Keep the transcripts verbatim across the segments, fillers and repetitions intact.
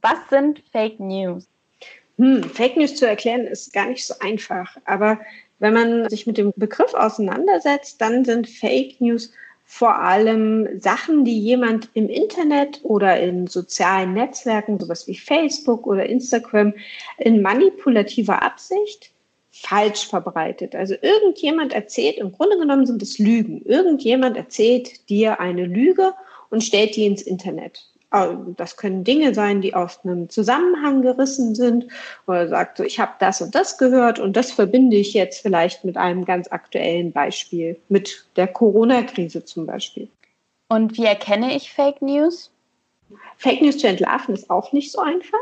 Was sind Fake News? Hm, Fake News zu erklären ist gar nicht so einfach. Aber wenn man sich mit dem Begriff auseinandersetzt, dann sind Fake News vor allem Sachen, die jemand im Internet oder in sozialen Netzwerken, sowas wie Facebook oder Instagram, in manipulativer Absicht falsch verbreitet. Also irgendjemand erzählt, im Grunde genommen sind es Lügen. Irgendjemand erzählt dir eine Lüge und stellt die ins Internet. Das können Dinge sein, die aus einem Zusammenhang gerissen sind, oder sagt so, ich habe das und das gehört und das verbinde ich jetzt vielleicht mit einem ganz aktuellen Beispiel, mit der Corona-Krise zum Beispiel. Und wie erkenne ich Fake News? Fake News zu entlarven ist auch nicht so einfach.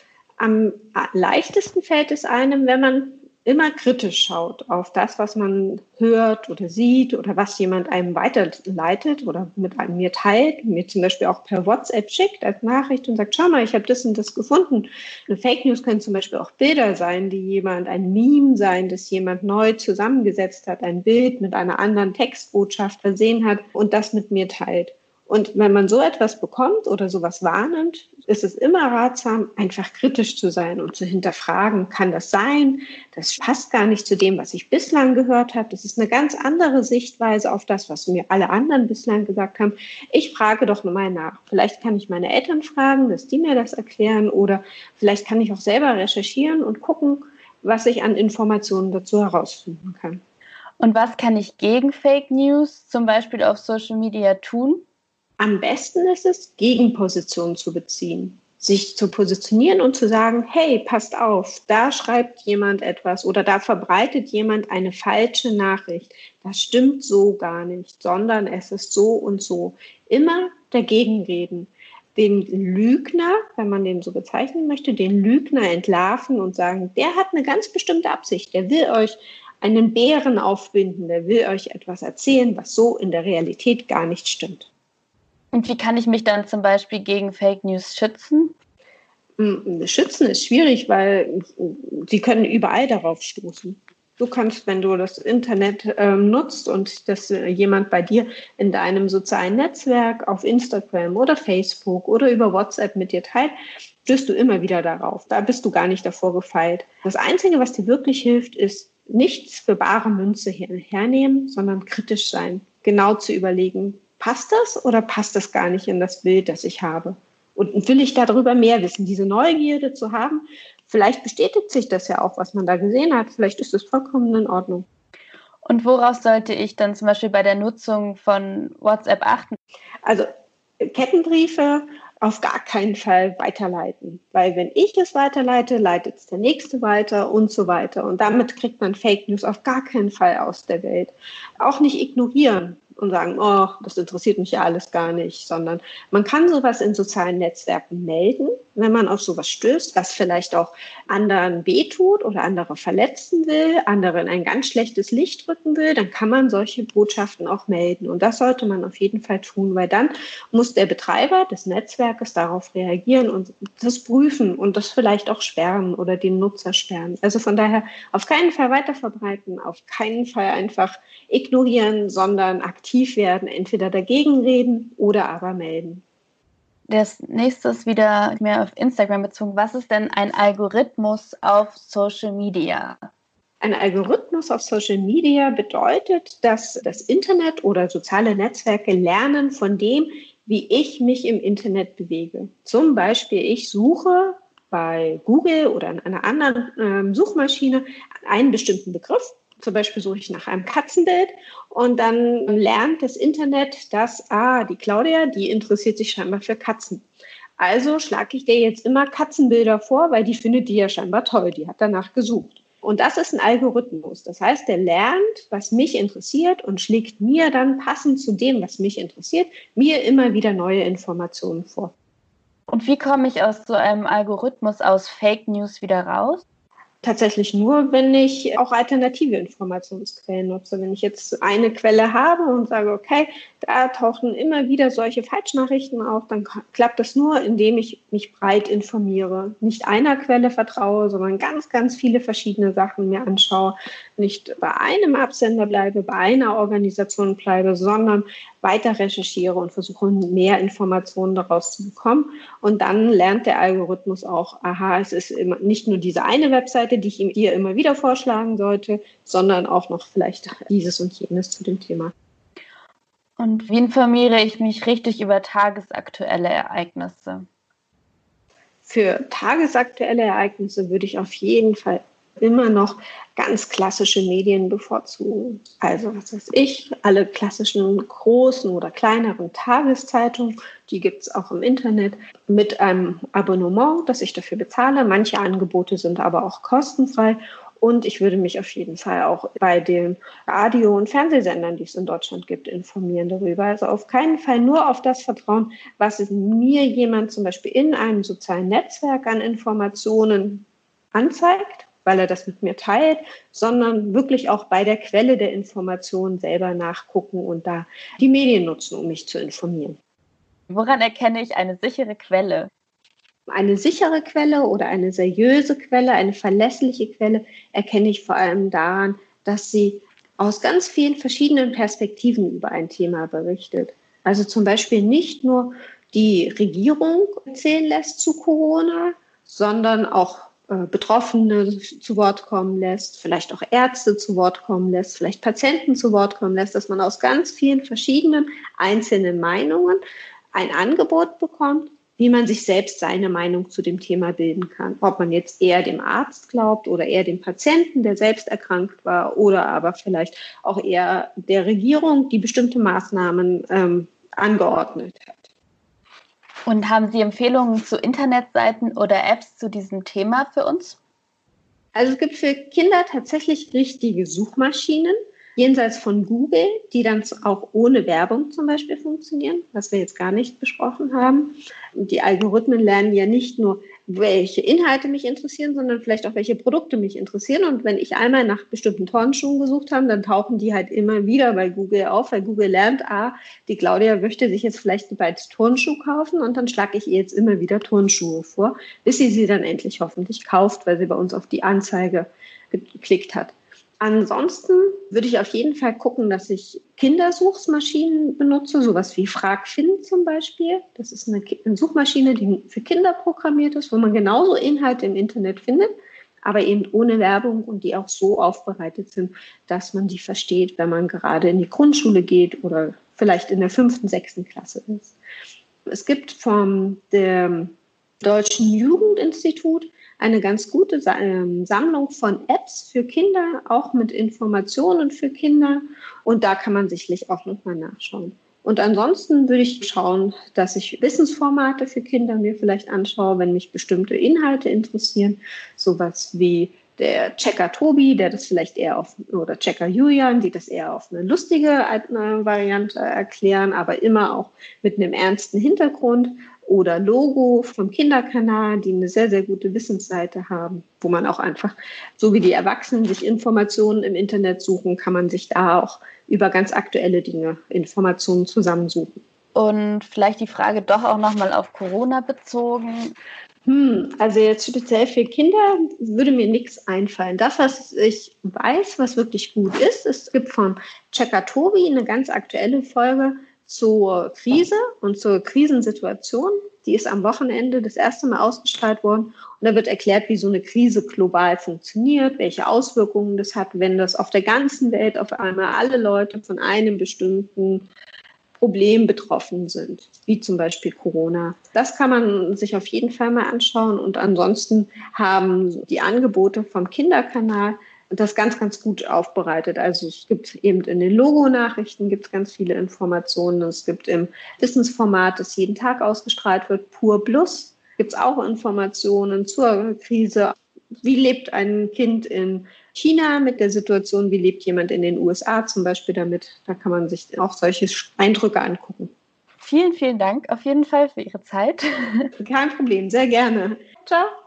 Am leichtesten fällt es einem, wenn man immer kritisch schaut auf das, was man hört oder sieht oder was jemand einem weiterleitet oder mit einem mir teilt, mir zum Beispiel auch per WhatsApp schickt als Nachricht und sagt, schau mal, ich habe das und das gefunden. Eine Fake News können zum Beispiel auch Bilder sein, die jemand, ein Meme sein, das jemand neu zusammengesetzt hat, ein Bild mit einer anderen Textbotschaft versehen hat und das mit mir teilt. Und wenn man so etwas bekommt oder sowas wahrnimmt, ist es immer ratsam, einfach kritisch zu sein und zu hinterfragen, kann das sein? Das passt gar nicht zu dem, was ich bislang gehört habe. Das ist eine ganz andere Sichtweise auf das, was mir alle anderen bislang gesagt haben. Ich frage doch mal nach. Vielleicht kann ich meine Eltern fragen, dass die mir das erklären, oder vielleicht kann ich auch selber recherchieren und gucken, was ich an Informationen dazu herausfinden kann. Und was kann ich gegen Fake News, zum Beispiel auf Social Media, tun? Am besten ist es, Gegenpositionen zu beziehen, sich zu positionieren und zu sagen, hey, passt auf, da schreibt jemand etwas oder da verbreitet jemand eine falsche Nachricht. Das stimmt so gar nicht, sondern es ist so und so. Immer dagegen reden. Den Lügner, wenn man den so bezeichnen möchte, den Lügner entlarven und sagen, der hat eine ganz bestimmte Absicht, der will euch einen Bären aufbinden, der will euch etwas erzählen, was so in der Realität gar nicht stimmt. Und wie kann ich mich dann zum Beispiel gegen Fake News schützen? Schützen ist schwierig, weil sie können überall darauf stoßen. Du kannst, wenn du das Internet ähm, nutzt und das äh, jemand bei dir in deinem sozialen Netzwerk auf Instagram oder Facebook oder über WhatsApp mit dir teilt, stößt du immer wieder darauf. Da bist du gar nicht davor gefeit. Das Einzige, was dir wirklich hilft, ist nichts für bare Münze her- hernehmen, sondern kritisch sein. Genau zu überlegen, passt das oder passt das gar nicht in das Bild, das ich habe? Und will ich darüber mehr wissen, diese Neugierde zu haben? Vielleicht bestätigt sich das ja auch, was man da gesehen hat. Vielleicht ist es vollkommen in Ordnung. Und worauf sollte ich dann zum Beispiel bei der Nutzung von WhatsApp achten? Also Kettenbriefe auf gar keinen Fall weiterleiten. Weil wenn ich es weiterleite, leitet es der Nächste weiter und so weiter. Und damit kriegt man Fake News auf gar keinen Fall aus der Welt. Auch nicht ignorieren und sagen, oh, das interessiert mich ja alles gar nicht, sondern man kann sowas in sozialen Netzwerken melden, wenn man auf sowas stößt, was vielleicht auch anderen wehtut oder andere verletzen will, anderen ein ganz schlechtes Licht rücken will, dann kann man solche Botschaften auch melden. Und das sollte man auf jeden Fall tun, weil dann muss der Betreiber des Netzwerkes darauf reagieren und das prüfen und das vielleicht auch sperren oder den Nutzer sperren. Also von daher auf keinen Fall weiterverbreiten, auf keinen Fall einfach ignorieren, sondern aktiv werden, entweder dagegen reden oder aber melden. Das nächste ist wieder mehr auf Instagram bezogen. Was ist denn ein Algorithmus auf Social Media? Ein Algorithmus auf Social Media bedeutet, dass das Internet oder soziale Netzwerke lernen von dem, wie ich mich im Internet bewege. Zum Beispiel, ich suche bei Google oder in einer anderen äh, Suchmaschine einen bestimmten Begriff. Zum Beispiel suche ich nach einem Katzenbild und dann lernt das Internet, dass, ah, die Claudia, die interessiert sich scheinbar für Katzen. Also schlage ich dir jetzt immer Katzenbilder vor, weil die findet die ja scheinbar toll, die hat danach gesucht. Und das ist ein Algorithmus. Das heißt, der lernt, was mich interessiert und schlägt mir dann passend zu dem, was mich interessiert, mir immer wieder neue Informationen vor. Und wie komme ich aus so einem Algorithmus aus Fake News wieder raus? Tatsächlich nur, wenn ich auch alternative Informationsquellen nutze. Wenn ich jetzt eine Quelle habe und sage, okay, da tauchen immer wieder solche Falschnachrichten auf, dann klappt das nur, indem ich mich breit informiere. Nicht einer Quelle vertraue, sondern ganz, ganz viele verschiedene Sachen mir anschaue. Nicht bei einem Absender bleibe, bei einer Organisation bleibe, sondern weiter recherchiere und versuche, mehr Informationen daraus zu bekommen. Und dann lernt der Algorithmus auch, aha, es ist immer nicht nur diese eine Webseite, die ich ihm hier immer wieder vorschlagen sollte, sondern auch noch vielleicht dieses und jenes zu dem Thema. Und wie informiere ich mich richtig über tagesaktuelle Ereignisse? Für tagesaktuelle Ereignisse würde ich auf jeden Fall immer noch ganz klassische Medien bevorzugen. Also was weiß ich, alle klassischen großen oder kleineren Tageszeitungen, die gibt es auch im Internet mit einem Abonnement, das ich dafür bezahle. Manche Angebote sind aber auch kostenfrei. Und ich würde mich auf jeden Fall auch bei den Radio- und Fernsehsendern, die es in Deutschland gibt, informieren darüber. Also auf keinen Fall nur auf das vertrauen, was mir jemand zum Beispiel in einem sozialen Netzwerk an Informationen anzeigt, weil er das mit mir teilt, sondern wirklich auch bei der Quelle der Informationen selber nachgucken und da die Medien nutzen, um mich zu informieren. Woran erkenne ich eine sichere Quelle? Eine sichere Quelle oder eine seriöse Quelle, eine verlässliche Quelle erkenne ich vor allem daran, dass sie aus ganz vielen verschiedenen Perspektiven über ein Thema berichtet. Also zum Beispiel nicht nur die Regierung erzählen lässt zu Corona, sondern auch äh, Betroffene zu Wort kommen lässt, vielleicht auch Ärzte zu Wort kommen lässt, vielleicht Patienten zu Wort kommen lässt, dass man aus ganz vielen verschiedenen einzelnen Meinungen ein Angebot bekommt, wie man sich selbst seine Meinung zu dem Thema bilden kann. Ob man jetzt eher dem Arzt glaubt oder eher dem Patienten, der selbst erkrankt war, oder aber vielleicht auch eher der Regierung, die bestimmte Maßnahmen ähm, angeordnet hat. Und haben Sie Empfehlungen zu Internetseiten oder Apps zu diesem Thema für uns? Also es gibt für Kinder tatsächlich richtige Suchmaschinen, jenseits von Google, die dann auch ohne Werbung zum Beispiel funktionieren, was wir jetzt gar nicht besprochen haben. Die Algorithmen lernen ja nicht nur, welche Inhalte mich interessieren, sondern vielleicht auch, welche Produkte mich interessieren. Und wenn ich einmal nach bestimmten Turnschuhen gesucht habe, dann tauchen die halt immer wieder bei Google auf, weil Google lernt, ah, die Claudia möchte sich jetzt vielleicht die beiden Turnschuhe kaufen und dann schlage ich ihr jetzt immer wieder Turnschuhe vor, bis sie sie dann endlich hoffentlich kauft, weil sie bei uns auf die Anzeige geklickt hat. Ansonsten würde ich auf jeden Fall gucken, dass ich Kindersuchmaschinen benutze, sowas wie FragFind zum Beispiel. Das ist eine Suchmaschine, die für Kinder programmiert ist, wo man genauso Inhalte im Internet findet, aber eben ohne Werbung und die auch so aufbereitet sind, dass man die versteht, wenn man gerade in die Grundschule geht oder vielleicht in der fünften, sechsten Klasse ist. Es gibt vom dem Deutschen Jugendinstitut eine ganz gute Sammlung von Apps für Kinder, auch mit Informationen für Kinder. Und da kann man sicherlich auch nochmal nachschauen. Und ansonsten würde ich schauen, dass ich Wissensformate für Kinder mir vielleicht anschaue, wenn mich bestimmte Inhalte interessieren. Sowas wie der Checker Tobi, der das vielleicht eher auf, oder Checker Julian, die das eher auf eine lustige Variante erklären, aber immer auch mit einem ernsten Hintergrund. Oder Logo vom Kinderkanal, die eine sehr, sehr gute Wissensseite haben, wo man auch einfach, so wie die Erwachsenen sich Informationen im Internet suchen, kann man sich da auch über ganz aktuelle Dinge Informationen zusammensuchen. Und vielleicht die Frage doch auch nochmal auf Corona bezogen. Hm, also jetzt speziell für Kinder würde mir nichts einfallen. Das, was ich weiß, was wirklich gut ist, es gibt von Checker Tobi eine ganz aktuelle Folge zur Krise und zur Krisensituation. Die ist am Wochenende das erste Mal ausgestrahlt worden. Und da wird erklärt, wie so eine Krise global funktioniert, welche Auswirkungen das hat, wenn das auf der ganzen Welt auf einmal alle Leute von einem bestimmten Problem betroffen sind, wie zum Beispiel Corona. Das kann man sich auf jeden Fall mal anschauen. Und ansonsten haben die Angebote vom Kinderkanal das ganz, ganz gut aufbereitet. Also es gibt eben in den Logo-Nachrichten gibt es ganz viele Informationen. Es gibt im Wissensformat, das jeden Tag ausgestrahlt wird, Pur Plus, gibt es auch Informationen zur Krise. Wie lebt ein Kind in China mit der Situation? Wie lebt jemand in den U S A zum Beispiel damit? Da kann man sich auch solche Eindrücke angucken. Vielen, vielen Dank auf jeden Fall für Ihre Zeit. Kein Problem, sehr gerne. Ciao.